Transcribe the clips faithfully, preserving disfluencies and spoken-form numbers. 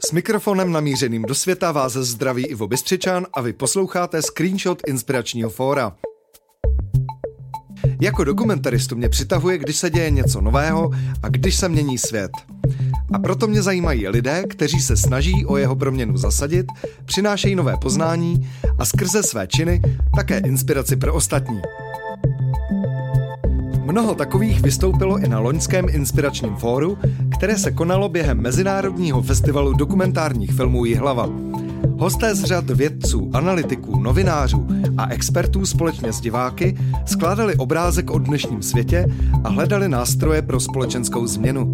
S mikrofonem namířeným do světa vás zdraví Ivo Bystřičan a vy posloucháte Screenshot Inspiračního fóra. Jako dokumentaristu mě přitahuje, když se děje něco nového a když se mění svět. A proto mě zajímají lidé, kteří se snaží o jeho proměnu zasadit, přinášejí nové poznání a skrze své činy také inspiraci pro ostatní. Mnoho takových vystoupilo i na loňském inspiračním fóru, které se konalo během Mezinárodního festivalu dokumentárních filmů Jihlava. Hosté z řad vědců, analytiků, novinářů a expertů společně s diváky skládali obrázek o dnešním světě a hledali nástroje pro společenskou změnu.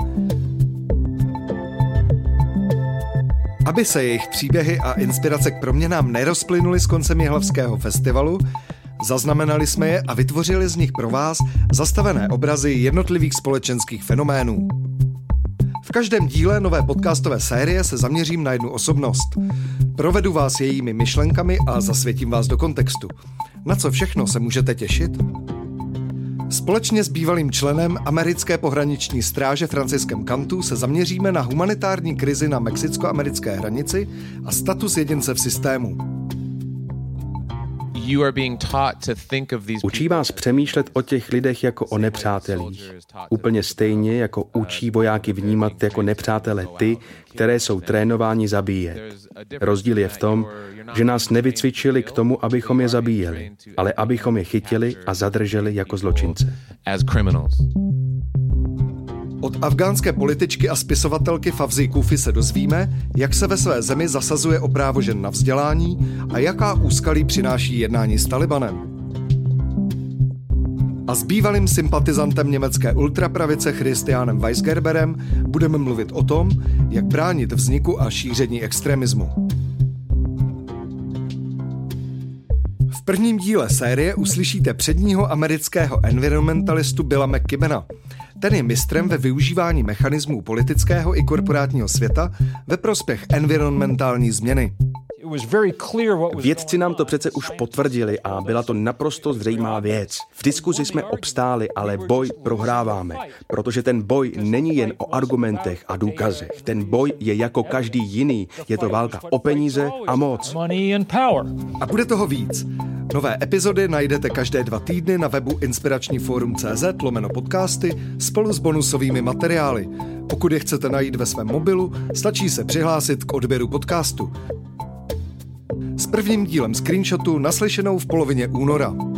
Aby se jejich příběhy a inspirace k proměnám nerozplynuly s koncem Jihlavského festivalu, zaznamenali jsme je a vytvořili z nich pro vás zastavené obrazy jednotlivých společenských fenoménů. V každém díle nové podcastové série se zaměřím na jednu osobnost. Provedu vás jejími myšlenkami a zasvětím vás do kontextu. Na co všechno se můžete těšit? Společně s bývalým členem americké pohraniční stráže Franciskem Cantu se zaměříme na humanitární krizi na mexicko-americké hranici a status jedince v systému. Učí vás přemýšlet o těch lidech jako o nepřátelích. Úplně stejně jako učí vojáky vnímat jako nepřátele ty, které jsou trénováni zabíjet. Rozdíl je v tom, že nás nevycvičili k tomu, abychom je zabíjeli, ale abychom je chytili a zadrželi jako zločince. Od afgánské političky a spisovatelky Fawzi Kufi se dozvíme, jak se ve své zemi zasazuje o právo žen na vzdělání a jaká úskalí přináší jednání s Talibanem. A s bývalým sympatizantem německé ultrapravice Christianem Weisgerberem budeme mluvit o tom, jak bránit vzniku a šíření extremismu. V prvním díle série uslyšíte předního amerického environmentalistu Billa McKibbena. Ten je mistrem ve využívání mechanismů politického i korporátního světa ve prospěch environmentální změny. Vědci nám to přece už potvrdili a byla to naprosto zřejmá věc. V diskuzi jsme obstáli, ale boj prohráváme, protože ten boj není jen o argumentech a důkazech. Ten boj je jako každý jiný. Je to válka o peníze a moc. A bude toho víc. Nové epizody najdete každé dva týdny na webu inspirační fórum tečka cé zet lomeno podcasty spolu s bonusovými materiály. Pokud je chcete najít ve svém mobilu, stačí se přihlásit k odběru podcastu. S prvním dílem Screenshotu naslyšenou v polovině února.